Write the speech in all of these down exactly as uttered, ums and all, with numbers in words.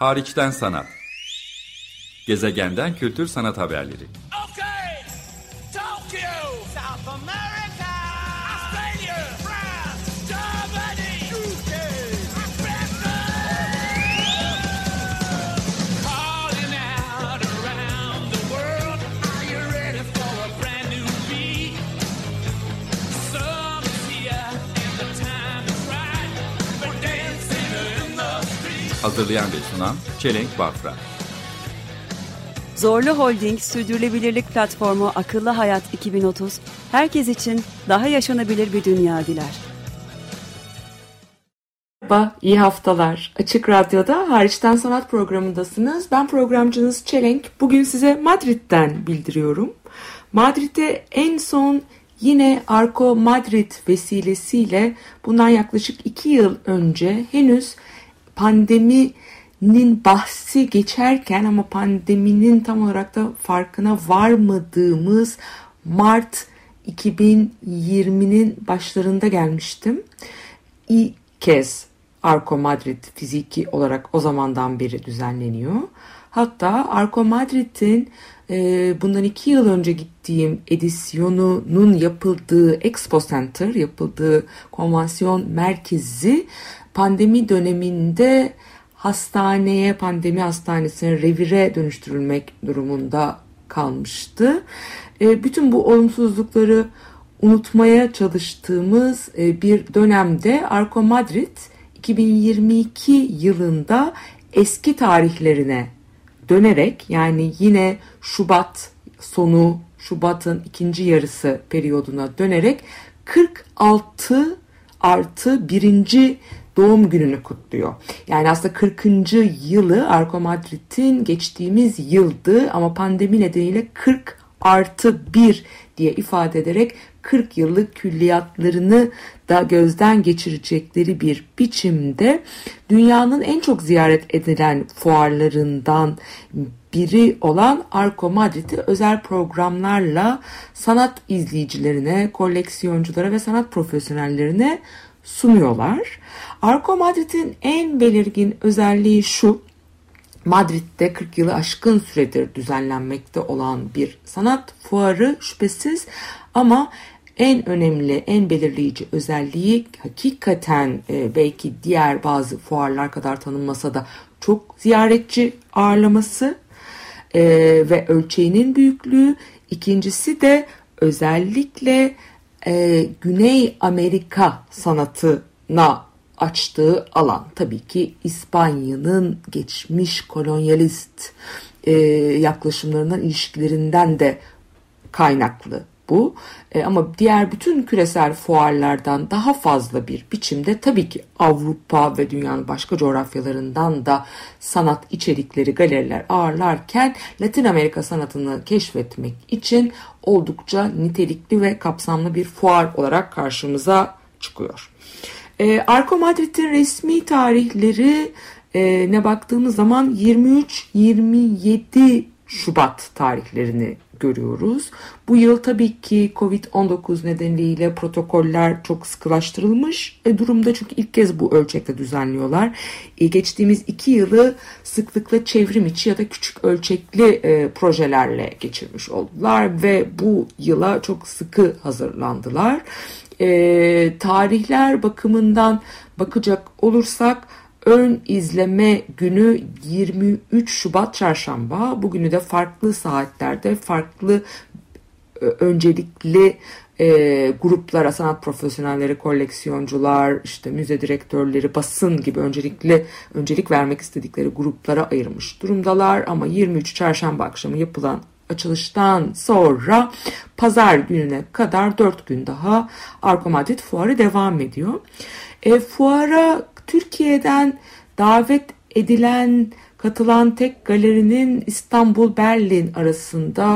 Hariçten sanat. Gezegenden kültür sanat haberleri. Okay. Tokyo, South America, Australia, France, Germany, U K, Africa. Calling out around the world. Are you ready for a brand new beat? Summer's here and the time is right. We're dancing in the street. Hazırlayan ve sunan Çelenk Bafra. Zorlu Holding Sürdürülebilirlik Platformu Akıllı Hayat iki bin otuz, herkes için daha yaşanabilir bir dünya diler. Merhaba, iyi haftalar. Açık Radyo'da Hariçten Sanat programındasınız. Ben programcınız Çelenk. Bugün size Madrid'den bildiriyorum. Madrid'e en son yine Arco Madrid vesilesiyle bundan yaklaşık iki yıl önce henüz pandeminin bahsi geçerken ama pandeminin tam olarak da farkına varmadığımız Mart iki bin yirminin başlarında gelmiştim. İlk kez Arco Madrid fiziki olarak o zamandan beri düzenleniyor. Hatta Arco Madrid'in e, bundan iki yıl önce gittiğim edisyonunun yapıldığı Expo Center, yapıldığı konvansiyon merkezi pandemi döneminde hastaneye, pandemi hastanesine, revire dönüştürülmek durumunda kalmıştı. E, bütün bu olumsuzlukları unutmaya çalıştığımız e, bir dönemde Arco Madrid iki bin yirmi iki yılında eski tarihlerine dönerek, yani yine Şubat sonu, Şubat'ın ikinci yarısı periyoduna dönerek kırk altı artı birinci doğum gününü kutluyor. Yani aslında kırkıncı yılı Arco Madrid'in geçtiğimiz yıldı ama pandemi nedeniyle kırk artı bir diye ifade ederek kırk yıllık külliyatlarını da gözden geçirecekleri bir biçimde dünyanın en çok ziyaret edilen fuarlarından biri olan Arco Madrid'i özel programlarla sanat izleyicilerine, koleksiyonculara ve sanat profesyonellerine sunuyorlar. Arco Madrid'in en belirgin özelliği şu: Madrid'de kırk yılı aşkın süredir düzenlenmekte olan bir sanat fuarı şüphesiz, ama en önemli, en belirleyici özelliği hakikaten e, belki diğer bazı fuarlar kadar tanınmasa da çok ziyaretçi ağırlaması e, ve ölçeğinin büyüklüğü. İkincisi de özellikle e, Güney Amerika sanatına açtığı alan. Tabii ki İspanya'nın geçmiş kolonyalist e, yaklaşımlarından, ilişkilerinden de kaynaklı bu. E, ama diğer bütün küresel fuarlardan daha fazla bir biçimde tabii ki Avrupa ve dünyanın başka coğrafyalarından da sanat içerikleri, galeriler ağırlarken Latin Amerika sanatını keşfetmek için oldukça nitelikli ve kapsamlı bir fuar olarak karşımıza çıkıyor. E, Arco Madrid'in resmi tarihleri e, ne baktığımız zaman yirmi üç yirmi yedi Şubat tarihlerini görüyoruz. Bu yıl tabii ki kovid on dokuz nedeniyle protokoller çok sıkılaştırılmış e, durumda, çünkü ilk kez bu ölçekte düzenliyorlar. E, geçtiğimiz iki yılı sıklıkla çevrim içi ya da küçük ölçekli e, projelerle geçirmiş oldular ve bu yıla çok sıkı hazırlandılar. E, tarihler bakımından bakacak olursak ön izleme günü yirmi üç Şubat Çarşamba. Bugünü de farklı saatlerde farklı e, öncelikli e, gruplara, sanat profesyonelleri, koleksiyoncular, işte müze direktörleri, basın gibi öncelikli öncelik vermek istedikleri gruplara ayırmış durumdalar. Ama yirmi üç Çarşamba akşamı yapılan açılıştan sonra pazar gününe kadar dört gün daha Arco Madrid fuarı devam ediyor. E, fuara Türkiye'den davet edilen, katılan tek galerinin İstanbul-Berlin arasında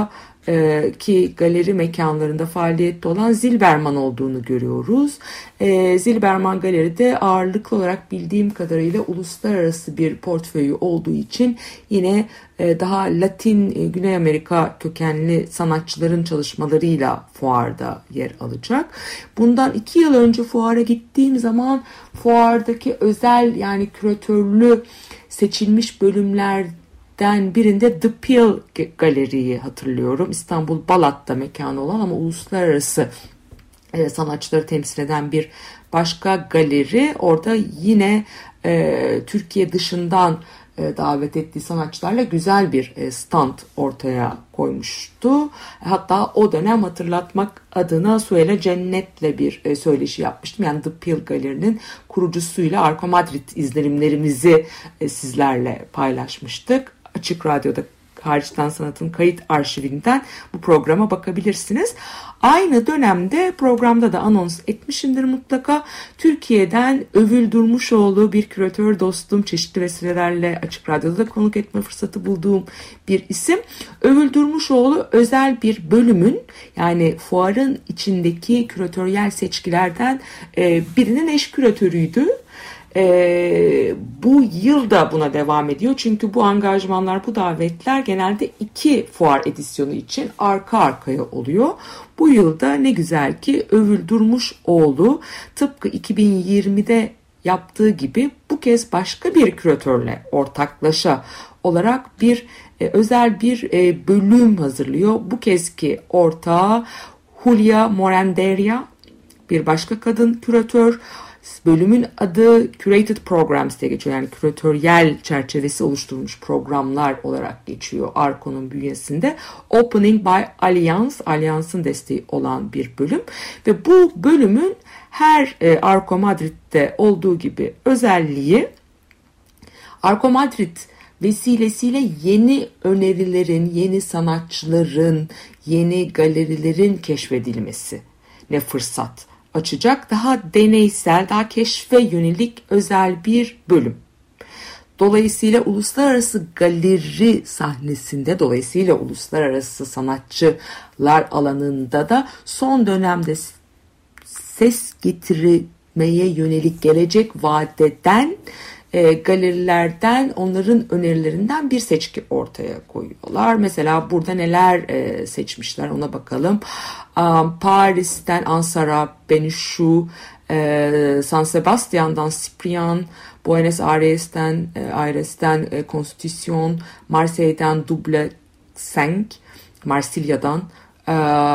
e, ki galeri mekanlarında faaliyette olan Zilberman olduğunu görüyoruz. E, Zilberman Galeri'de ağırlıklı olarak bildiğim kadarıyla uluslararası bir portföyü olduğu için yine e, daha Latin, e, Güney Amerika kökenli sanatçıların çalışmalarıyla fuarda yer alacak. Bundan iki yıl önce fuara gittiğim zaman fuardaki özel yani küratörlü seçilmiş bölümlerden birinde The Peel Galeri'yi hatırlıyorum. İstanbul Balat'ta mekanı olan ama uluslararası e, sanatçıları temsil eden bir başka galeri. Orada yine e, Türkiye dışından e, davet ettiği sanatçılarla güzel bir e, stand ortaya koymuştu. Hatta o dönem hatırlatmak adına Suela Cennet'le bir e, söyleşi yapmıştım. Yani The Peel Galeri'nin kurucusuyla Arco Madrid izlenimlerimizi e, sizlerle paylaşmıştık. Açık Radyo'da Hariçten Sanat'ın kayıt arşivinden bu programa bakabilirsiniz. Aynı dönemde programda da anons etmişimdir mutlaka. Türkiye'den Övül Durmuşoğlu, bir küratör dostum, çeşitli vesilelerle Açık Radyo'da da konuk etme fırsatı bulduğum bir isim. Övül Durmuşoğlu özel bir bölümün, yani fuarın içindeki küratöryel seçkilerden birinin eş küratörüydü. Ee, bu yıl da buna devam ediyor. Çünkü bu angajmanlar, bu davetler genelde iki fuar edisyonu için arka arkaya oluyor. Bu yılda ne güzel ki Övül Durmuşoğlu tıpkı iki bin yirmide yaptığı gibi bu kez başka bir küratörle ortaklaşa olarak bir e, özel bir e, bölüm hazırlıyor. Bu kezki ortağı Julia Moranderia, bir başka kadın küratör. Bölümün adı Curated Programs diye geçiyor. Yani küratöryel çerçevesi oluşturulmuş programlar olarak geçiyor Arco'nun bünyesinde. Opening by Allianz, Allianz'ın desteği olan bir bölüm. Ve bu bölümün her e, Arco Madrid'de olduğu gibi özelliği, Arco Madrid vesilesiyle yeni önerilerin, yeni sanatçıların, yeni galerilerin keşfedilmesi ne fırsat açacak, daha deneysel, daha keşfe yönelik özel bir bölüm. Dolayısıyla uluslararası galeri sahnesinde, dolayısıyla uluslararası sanatçılar alanında da son dönemde ses getirmeye yönelik gelecek vadeden e, galerilerden, onların önerilerinden bir seçki ortaya koyuyorlar. Mesela burada neler e, seçmişler ona bakalım. Um, Paris'ten Ansara Benichou, e, San Sebastian'dan Cyprien, Buenos Aires'ten e, Aires'ten e, Constitution, Marseille'den Double Cinq, Marsilya'dan, e,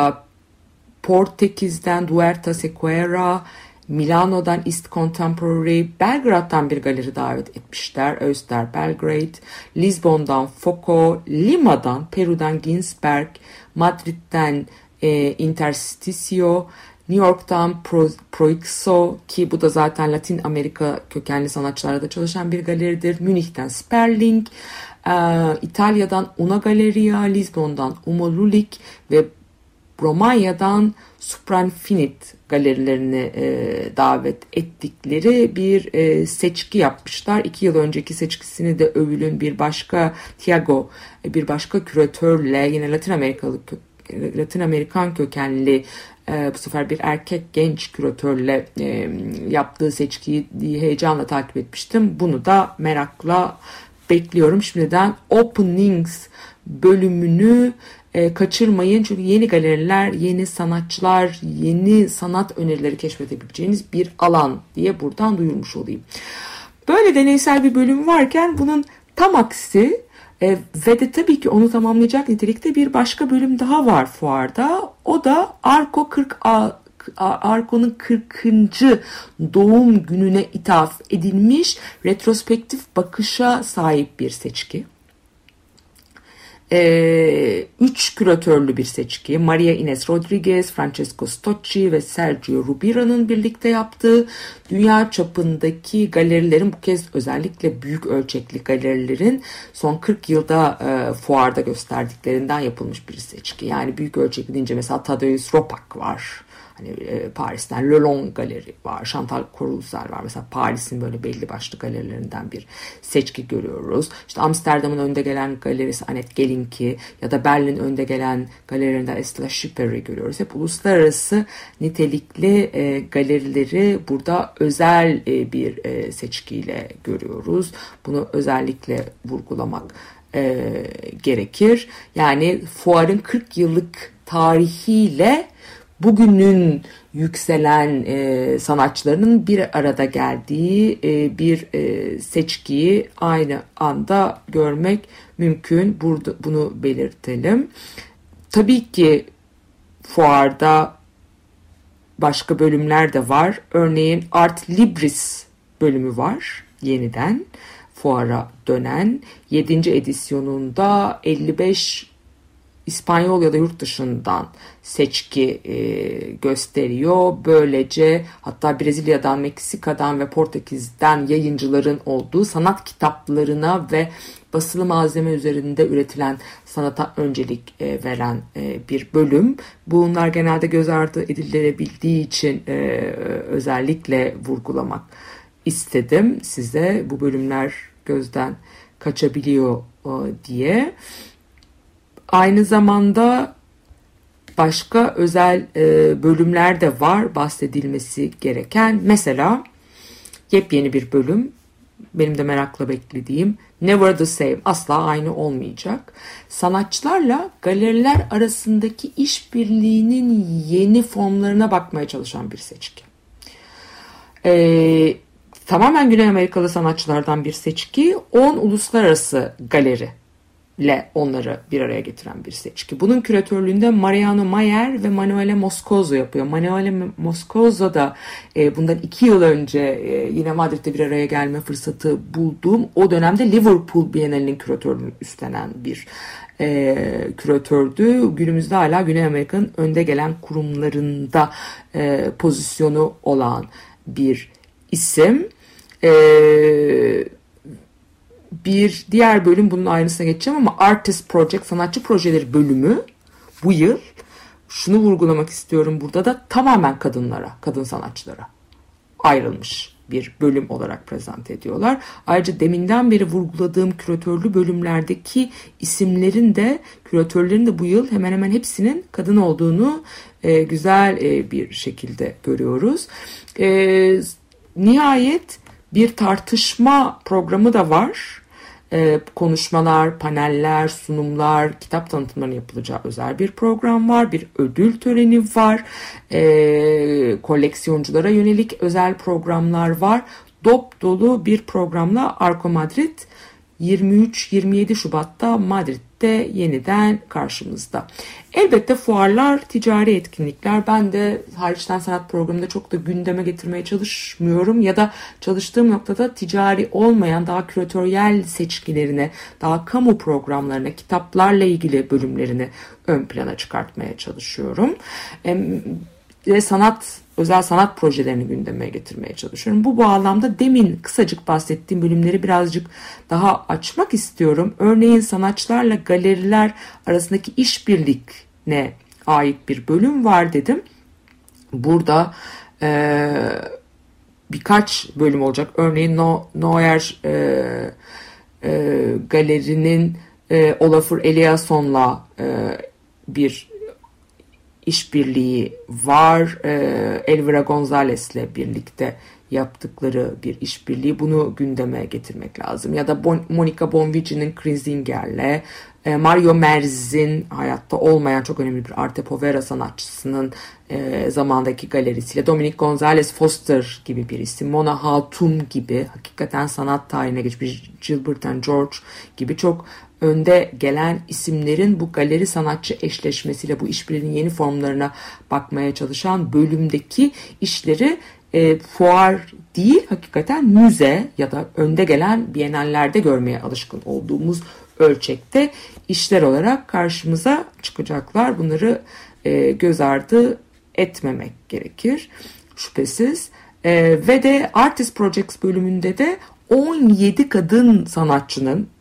Portekiz'den Duerta Sequeira, Milano'dan East Contemporary, Belgrad'dan bir galeri davet etmişler, Öster Belgrade, Lisbon'dan Foco, Lima'dan, Peru'dan Ginsberg, Madrid'den e, Intersticio, New York'tan Pro, Proixo, ki bu da zaten Latin Amerika kökenli sanatçılarla da çalışan bir galeridir, Münih'ten Sperling, e, İtalya'dan Una Galleria, Lisbon'dan Umo Lulik ve Romanya'dan Supranfinit galerilerini e, davet ettikleri bir e, seçki yapmışlar. İki yıl önceki seçkisini de Övül'ün bir başka Thiago, bir başka küratörle, yine Latin Amerikalı Latin Amerikan kökenli e, bu sefer bir erkek genç küratörle e, yaptığı seçkiyi heyecanla takip etmiştim. Bunu da merakla bekliyorum. Şimdiden Openings bölümünü E, kaçırmayın, çünkü yeni galeriler, yeni sanatçılar, yeni sanat önerileri keşfedebileceğiniz bir alan diye buradan duyurmuş olayım. Böyle deneysel bir bölüm varken bunun tam aksi e, ve de tabii ki onu tamamlayacak nitelikte bir başka bölüm daha var fuarda. O da Arco kırk Arco'nun kırkıncı doğum gününe ithaf edilmiş retrospektif bakışa sahip bir seçki. Ee, üç küratörlü bir seçki. Maria Ines Rodriguez, Francesco Stocci ve Sergio Rubira'nın birlikte yaptığı dünya çapındaki galerilerin, bu kez özellikle büyük ölçekli galerilerin son kırk yılda e, fuarda gösterdiklerinden yapılmış bir seçki. Yani büyük ölçekli deyince mesela Tadeusz Ropak var. Hani e, Paris'ten Le Long Galeri var, Chantal Courcelles var. Mesela Paris'in böyle belli başlı galerilerinden bir seçki görüyoruz. İşte Amsterdam'ın önde gelen galerisi Annette Gelinki ya da Berlin önde gelen galerilerinden Estela Schipper'i görüyoruz. Hep uluslararası nitelikli e, galerileri burada özel e, bir e, seçkiyle görüyoruz. Bunu özellikle vurgulamak e, gerekir. Yani fuarın kırk yıllık tarihiyle bugünün yükselen e, sanatçılarının bir arada geldiği e, bir e, seçkiyi aynı anda görmek mümkün. Burada bunu belirtelim. Tabii ki fuarda başka bölümler de var. Örneğin Art Libris bölümü var yeniden fuara dönen. yedinci edisyonunda elli beş İspanyol ya da yurt dışından seçki e, gösteriyor. Böylece hatta Brezilya'dan, Meksika'dan ve Portekiz'den yayıncıların olduğu sanat kitaplarına ve basılı malzeme üzerinde üretilen sanata öncelik e, veren e, bir bölüm. Bunlar genelde göz ardı edilebildiği için e, özellikle vurgulamak istedim size. Bu bölümler gözden kaçabiliyor e, diye. Aynı zamanda başka özel e, bölümler de var bahsedilmesi gereken. Mesela yepyeni bir bölüm, benim de merakla beklediğim Never the Same, asla aynı olmayacak. Sanatçılarla galeriler arasındaki işbirliğinin yeni formlarına bakmaya çalışan bir seçki. E, tamamen Güney Amerikalı sanatçılardan bir seçki, on uluslararası galeri ile onları bir araya getiren bir seçki. Bunun küratörlüğünde Mariano Mayer ve Manuela Moscoso yapıyor. Manuela Moscoso da e, bundan iki yıl önce e, yine Madrid'de bir araya gelme fırsatı bulduğum, o dönemde Liverpool Bienalinin küratörlüğünü üstlenen bir e, küratördü. Günümüzde hala Güney Amerika'nın önde gelen kurumlarında e, pozisyonu olan bir isim. Eee Bir diğer bölüm, bunun ayrıntısına geçeceğim ama Artist Project, sanatçı projeleri bölümü bu yıl, şunu vurgulamak istiyorum burada da, tamamen kadınlara, kadın sanatçılara ayrılmış bir bölüm olarak prezente ediyorlar. Ayrıca deminden beri vurguladığım küratörlü bölümlerdeki isimlerin de, küratörlerin de bu yıl hemen hemen hepsinin kadın olduğunu e, güzel e, bir şekilde görüyoruz. E, nihayet bir tartışma programı da var. Ee, konuşmalar, paneller, sunumlar, kitap tanıtımlarının yapılacağı özel bir program var. Bir ödül töreni var. Ee, koleksiyonculara yönelik özel programlar var. Dop dolu bir programla Arco Madrid yirmi üç yirmi yedi Şubat'ta Madrid'de yeniden karşımızda. Elbette fuarlar, ticari etkinlikler. Ben de hariçten sanat programında çok da gündeme getirmeye çalışmıyorum ya da çalıştığım noktada ticari olmayan daha küratöryel seçkilerine, daha kamu programlarına, kitaplarla ilgili bölümlerini ön plana çıkartmaya çalışıyorum. Ve sanat, özel sanat projelerini gündeme getirmeye çalışıyorum. Bu bağlamda demin kısacık bahsettiğim bölümleri birazcık daha açmak istiyorum. Örneğin sanatçılarla galeriler arasındaki işbirliğine ait bir bölüm var dedim. Burada e, birkaç bölüm olacak. Örneğin No, Noyer e, e, galerinin e, Olafur Eliasson'la e, bir işbirliği var. Ee, Elvira Gonzalez'le birlikte yaptıkları bir işbirliği. Bunu gündeme getirmek lazım. Ya da bon- Monica Bonvici'nin Krinzinger'le, e, Mario Merz'in hayatta olmayan çok önemli bir arte povera sanatçısının e, zamandaki galerisiyle, Dominic Gonzalez Foster gibi bir isim, Mona Hatun gibi hakikaten sanat tarihine geçmiş, Gilbert and George gibi çok önde gelen isimlerin bu galeri sanatçı eşleşmesiyle bu işbirliğinin yeni formlarına bakmaya çalışan bölümdeki işleri e, fuar değil, hakikaten müze ya da önde gelen bienallerde görmeye alışkın olduğumuz ölçekte işler olarak karşımıza çıkacaklar. Bunları e, göz ardı etmemek gerekir şüphesiz. E, ve de Artist Projects bölümünde de on yedi kadın sanatçının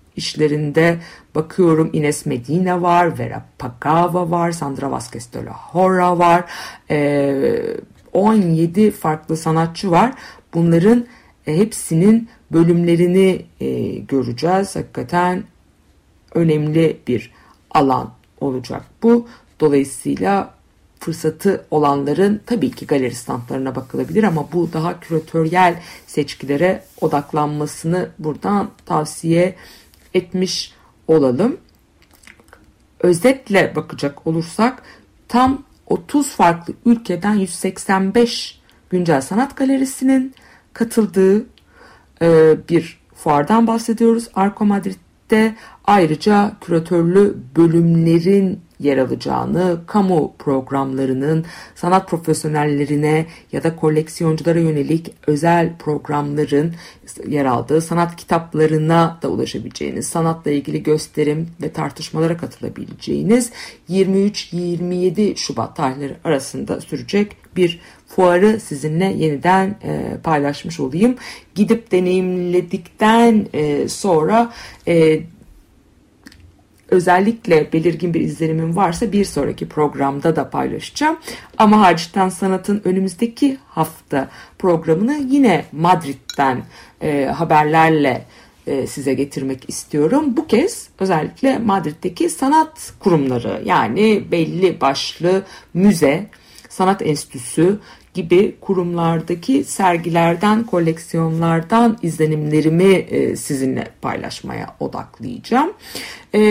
işlerinde bakıyorum. Ines Medina var, Vera Pagava var, Sandra Vázquez de la Hora var. Ee, on yedi farklı sanatçı var. Bunların e, hepsinin bölümlerini e, göreceğiz. Hakikaten önemli bir alan olacak bu. Dolayısıyla fırsatı olanların tabii ki galeri standlarına bakılabilir ama bu daha küratöryel seçkilere odaklanmasını buradan tavsiye etmiş olalım. Özetle bakacak olursak tam otuz farklı ülkeden yüz seksen beş güncel sanat galerisinin katıldığı e, bir fuardan bahsediyoruz. Arco Madrid'de ayrıca küratörlü bölümlerin yer alacağını, kamu programlarının sanat profesyonellerine ya da koleksiyonculara yönelik özel programların yer aldığı sanat kitaplarına da ulaşabileceğiniz, sanatla ilgili gösterim ve tartışmalara katılabileceğiniz yirmi üç yirmi yedi Şubat tarihleri arasında sürecek bir fuarı sizinle yeniden e, paylaşmış olayım. Gidip deneyimledikten e, sonra e, özellikle belirgin bir izlenimim varsa bir sonraki programda da paylaşacağım. Ama Harçtan Sanat'ın önümüzdeki hafta programını yine Madrid'den e, haberlerle e, size getirmek istiyorum. Bu kez özellikle Madrid'deki sanat kurumları, yani belli başlı müze, sanat enstitüsü gibi kurumlardaki sergilerden, koleksiyonlardan izlenimlerimi e, sizinle paylaşmaya odaklayacağım. E,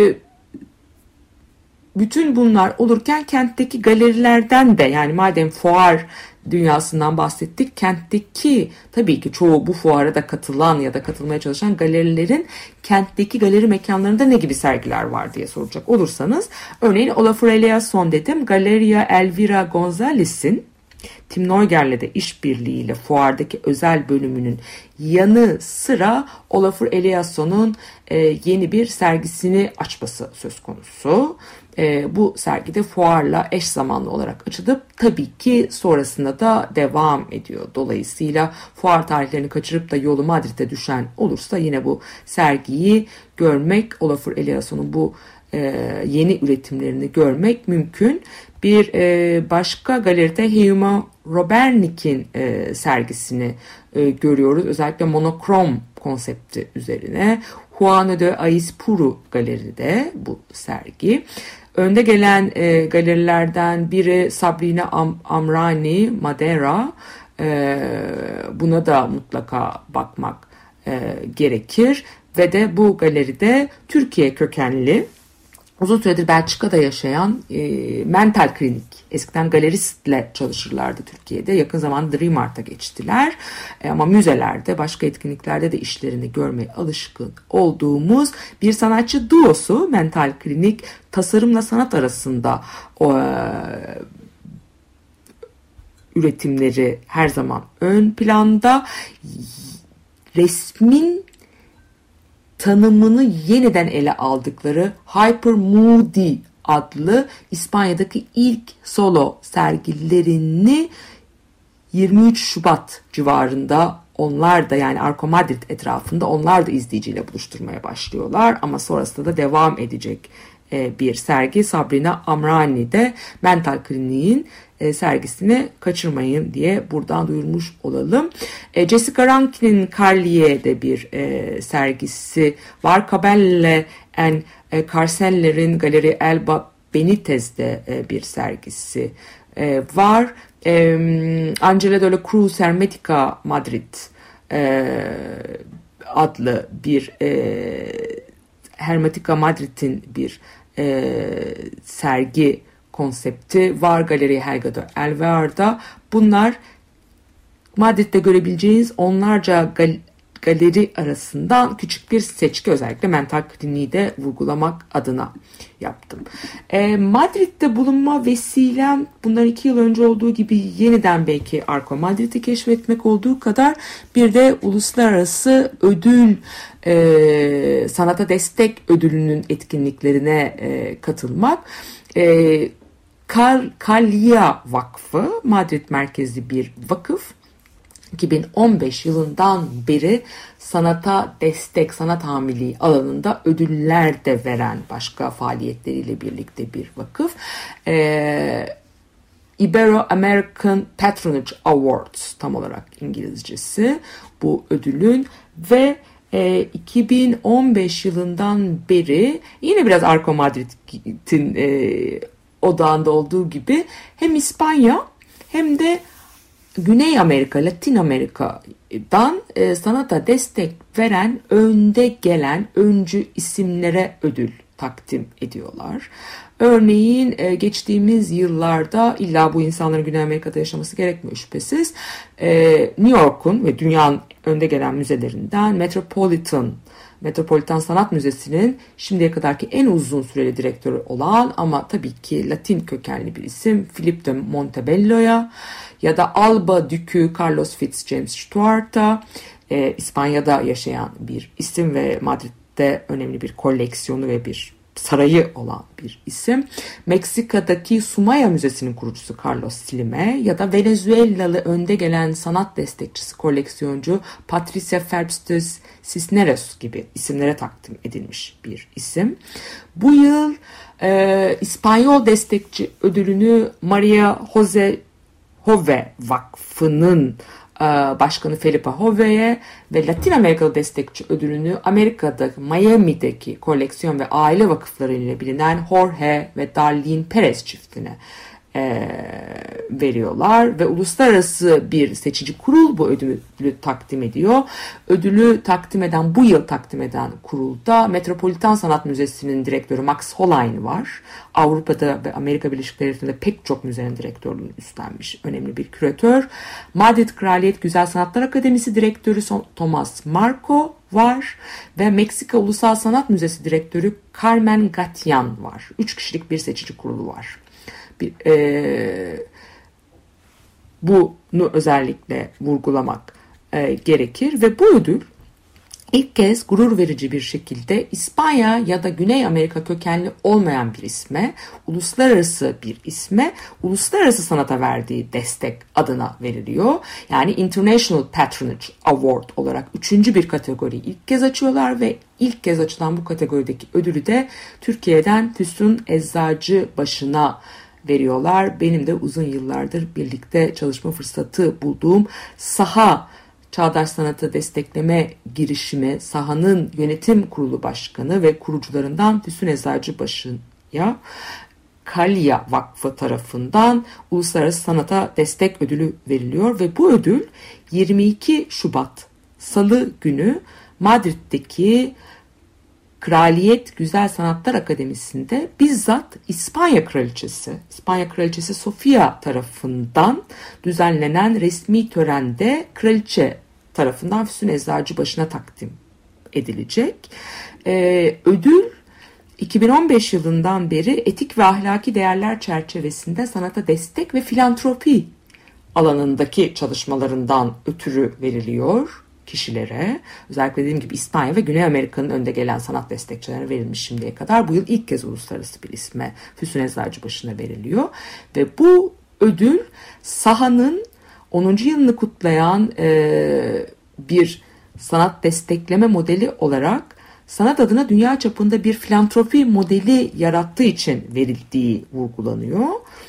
bütün bunlar olurken kentteki galerilerden de, yani madem fuar dünyasından bahsettik, kentteki tabii ki çoğu bu fuara da katılan ya da katılmaya çalışan galerilerin kentteki galeri mekanlarında ne gibi sergiler var diye soracak olursanız, örneğin Olafur Eliasson dedim, Galeria Elvira González'in Tim Neuger'le de işbirliğiyle fuardaki özel bölümünün yanı sıra Olafur Eliasson'un e, yeni bir sergisini açması söz konusu. E, bu sergide fuarla eş zamanlı olarak açılıp tabii ki sonrasında da devam ediyor. Dolayısıyla fuar tarihlerini kaçırıp da yolu Madrid'e düşen olursa yine bu sergiyi görmek, Olafur Eliasson'un bu e, yeni üretimlerini görmek mümkün. Bir e, başka galeride Heuma Robernik'in e, sergisini e, görüyoruz. Özellikle monokrom konsepti üzerine. Juan de Aispuru galeride bu sergi. Önde gelen e, galerilerden biri Sabrina Am- Amrani Madeira. E, buna da mutlaka bakmak e, gerekir. Ve de bu galeride Türkiye kökenli, uzun süredir Belçika'da yaşayan e, Mental Klinik, eskiden galeristle çalışırlardı Türkiye'de. Yakın zamanda Dream Art'a geçtiler. E, ama müzelerde, başka etkinliklerde de işlerini görmeye alışkın olduğumuz bir sanatçı duosu Mental Klinik, tasarımla sanat arasında o, e, üretimleri her zaman ön planda. Resmin tanımını yeniden ele aldıkları Hyper Moody adlı İspanya'daki ilk solo sergilerini yirmi üç Şubat civarında onlar da, yani Arco Madrid etrafında onlar da izleyiciyle buluşturmaya başlıyorlar. Ama sonrasında da devam edecek bir sergi. Sabrina Amrani de Mental Klinik'in sergisini kaçırmayın diye buradan duyurmuş olalım. Jessica Rankin'in Carlier'de bir sergisi var. Cabelle and Carceller'in Galeri Elba Benitez'de bir sergisi var. Angela de la Cruz Hermetica Madrid adlı bir Hermetica Madrid'in bir sergi konsepti var. Galeri Helga de Alvear'da. Bunlar Madrid'de görebileceğiniz onlarca gal- galeri arasından küçük bir seçki, özellikle Mental Klinik'i de vurgulamak adına yaptım. E, Madrid'de bulunma vesilem bundan iki yıl önce olduğu gibi yeniden belki Arco Madrid'i keşfetmek olduğu kadar bir de uluslararası ödül, e, sanata destek ödülünün etkinliklerine e, katılmak. E, Kal- Kalya Vakfı, Madrid merkezli bir vakıf. iki bin on beş yılından beri sanata destek, sanat hamiliği alanında ödüller de veren başka faaliyetleriyle birlikte bir vakıf. Ee, Ibero-American Patronage Awards tam olarak İngilizcesi bu ödülün ve e, iki bin on beş yılından beri yine biraz Arco Madrid'in e, odağında olduğu gibi hem İspanya hem de Güney Amerika, Latin Amerika'dan e, sanata destek veren önde gelen öncü isimlere ödül takdim ediyorlar. Örneğin e, geçtiğimiz yıllarda illa bu insanların Güney Amerika'da yaşaması gerekmiyor şüphesiz. E, New York'un ve dünyanın önde gelen müzelerinden Metropolitan Metropolitan Sanat Müzesi'nin şimdiye kadarki en uzun süreli direktörü olan ama tabii ki Latin kökenli bir isim Philip de Montebello'ya ya da Alba Dükü Carlos Fitzjames Stuart'a, e, İspanya'da yaşayan bir isim ve Madrid'de önemli bir koleksiyonu ve bir sarayı olan bir isim. Meksika'daki Sumaya Müzesi'nin kurucusu Carlos Slim'e ya da Venezuelalı önde gelen sanat destekçisi, koleksiyoncu Patricia Ferbstes Cisneros gibi isimlere takdim edilmiş bir isim. Bu yıl e, İspanyol destekçi ödülünü Maria Jose Hove Vakfı'nın Başkanı Felipe Jove'ye ve Latin Amerikalı destekçi ödülünü Amerika'da Miami'deki koleksiyon ve aile vakıfları ile bilinen Jorge ve Darlene Perez çiftine e, veriyorlar ve uluslararası bir seçici kurul bu ödülü takdim ediyor. Ödülü takdim eden, bu yıl takdim eden kurulda Metropolitan Sanat Müzesi'nin direktörü Max Hollein var. Avrupa'da ve Amerika Birleşik Devletleri'nde pek çok müzenin direktörlüğünü üstlenmiş önemli bir küratör. Madrid Kraliyet Güzel Sanatlar Akademisi direktörü Thomas Marco var ve Meksika Ulusal Sanat Müzesi direktörü Carmen Gatian var. Üç kişilik bir seçici kurulu var. Bir, e, bunu özellikle vurgulamak e, gerekir ve bu ödül ilk kez gurur verici bir şekilde İspanya ya da Güney Amerika kökenli olmayan bir isme, uluslararası bir isme, uluslararası sanata verdiği destek adına veriliyor. Yani International Patronage Award olarak üçüncü bir kategoriyi ilk kez açıyorlar ve ilk kez açılan bu kategorideki ödülü de Türkiye'den Füsun Eczacıbaşı'na veriyorlar. Benim de uzun yıllardır birlikte çalışma fırsatı bulduğum Saha Çağdaş Sanatı Destekleme Girişimi, Saha'nın yönetim kurulu başkanı ve kurucularından Füsun Eczacıbaşı'ya Kalya Vakfı tarafından Uluslararası Sanata Destek Ödülü veriliyor ve bu ödül yirmi iki Şubat Salı günü Madrid'deki Kraliyet Güzel Sanatlar Akademisi'nde bizzat İspanya Kraliçesi, İspanya Kraliçesi Sofia tarafından düzenlenen resmi törende kraliçe tarafından Füsun Eczacıbaşı'na takdim edilecek. Ee, ödül iki bin on beş yılından beri etik ve ahlaki değerler çerçevesinde sanata destek ve filantropi alanındaki çalışmalarından ötürü veriliyor kişilere. Özellikle dediğim gibi İspanya ve Güney Amerika'nın önde gelen sanat destekçilerine verilmiş şimdiye kadar. Bu yıl ilk kez uluslararası bir isme Füsun Eczacıbaşı'na veriliyor. Ve bu ödül Saha'nın onuncu yılını kutlayan e, bir sanat destekleme modeli olarak sanat adına dünya çapında bir filantropi modeli yarattığı için verildiği vurgulanıyor.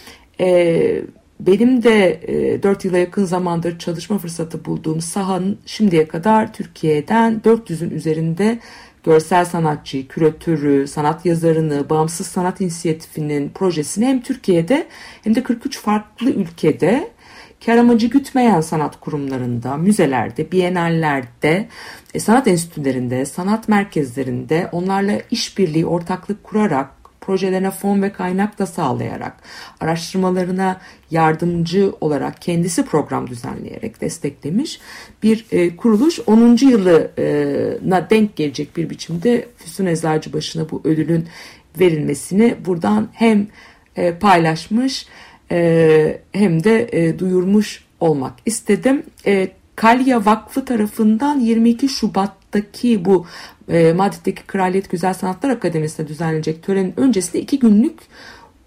Evet. Benim de e, dört yıla yakın zamandır çalışma fırsatı bulduğum Saha'nın şimdiye kadar Türkiye'den dört yüzün üzerinde görsel sanatçıyı, küratörü, sanat yazarını, bağımsız sanat inisiyatifinin projesini hem Türkiye'de hem de kırk üç farklı ülkede kar amacı gütmeyen sanat kurumlarında, müzelerde, bienallerde, e, sanat enstitülerinde, sanat merkezlerinde onlarla işbirliği, ortaklık kurarak, projelerine fon ve kaynak da sağlayarak, araştırmalarına yardımcı olarak kendisi program düzenleyerek desteklemiş bir e, kuruluş. onuncu yılına denk gelecek bir biçimde Füsun Eczacıbaşı'na bu ödülün verilmesini buradan hem e, paylaşmış e, hem de e, duyurmuş olmak istedim. E, Kalya Vakfı tarafından yirmi iki Şubat'taki bu e, Madrid'deki Kraliyet Güzel Sanatlar Akademisi'nde düzenlenecek törenin öncesinde iki günlük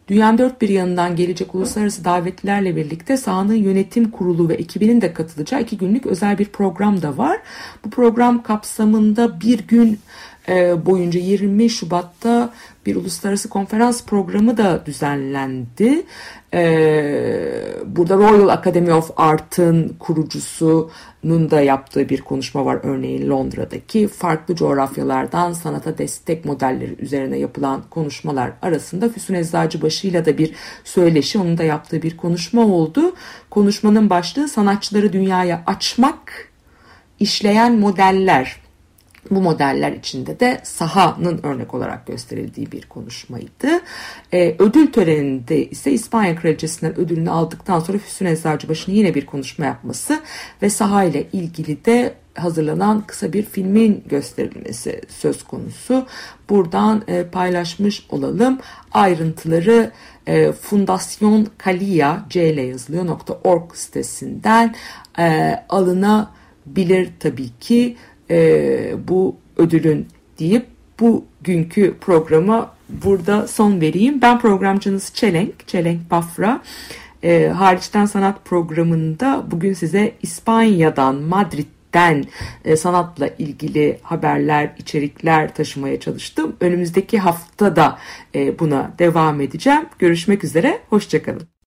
Dünyanın dört bir yanından gelecek uluslararası davetlilerle birlikte sahanın yönetim kurulu ve ekibinin de katılacağı iki günlük özel bir program da var. Bu program kapsamında bir gün boyunca yirmi Şubat'ta bir uluslararası konferans programı da düzenlendi. Burada Royal Academy of Art'ın kurucusunun da yaptığı bir konuşma var. Örneğin Londra'daki farklı coğrafyalardan sanata destek modelleri üzerine yapılan konuşmalar arasında Füsun Eczacıbaşı ile de bir söyleşi, onun da yaptığı bir konuşma oldu. Konuşmanın başlığı sanatçıları dünyaya açmak, işleyen modeller. Bu modeller içinde de sahanın örnek olarak gösterildiği bir konuşmaydı. Ee, ödül töreninde ise İspanya Kraliçesi'nden ödülünü aldıktan sonra Füsun Eczacıbaşı'nın yine bir konuşma yapması ve saha ile ilgili de hazırlanan kısa bir filmin gösterilmesi söz konusu. Buradan e, paylaşmış olalım. Ayrıntıları e, Fundación Calia, c ile yazılıyor, .org sitesinden e, alınabilir tabii ki. Ee, bu ödülün deyip bugünkü programa burada son vereyim. Ben programcınız Çelenk, Çelenk Bafra. Ee, Hariçten Sanat programında bugün size İspanya'dan, Madrid'den e, sanatla ilgili haberler, içerikler taşımaya çalıştım. Önümüzdeki hafta da e, buna devam edeceğim. Görüşmek üzere, hoşça kalın.